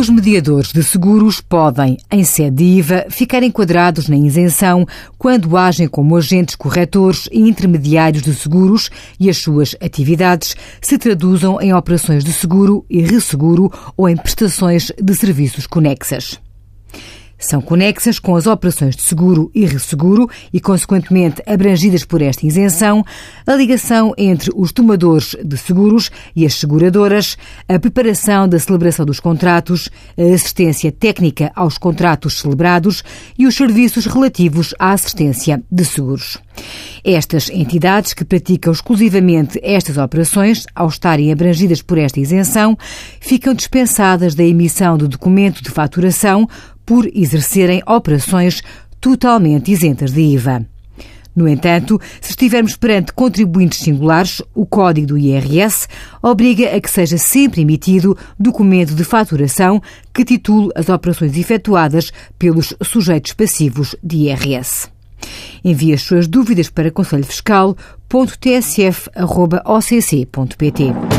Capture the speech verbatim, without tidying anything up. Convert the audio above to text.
Os mediadores de seguros podem, em sede de I V A, ficar enquadrados na isenção quando agem como agentes corretores e intermediários de seguros e as suas atividades se traduzam em operações de seguro e resseguro ou em prestações de serviços conexas. São conexas com as operações de seguro e resseguro e, consequentemente, abrangidas por esta isenção, a ligação entre os tomadores de seguros e as seguradoras, a preparação da celebração dos contratos, a assistência técnica aos contratos celebrados e os serviços relativos à assistência de seguros. Estas entidades que praticam exclusivamente estas operações, ao estarem abrangidas por esta isenção, ficam dispensadas da emissão do documento de faturação por exercerem operações totalmente isentas de I V A. No entanto, se estivermos perante contribuintes singulares, o Código do I R S obriga a que seja sempre emitido documento de faturação que titule as operações efetuadas pelos sujeitos passivos de I R S. Envie as suas dúvidas para conselho fiscal ponto t s f arroba o c c ponto p t.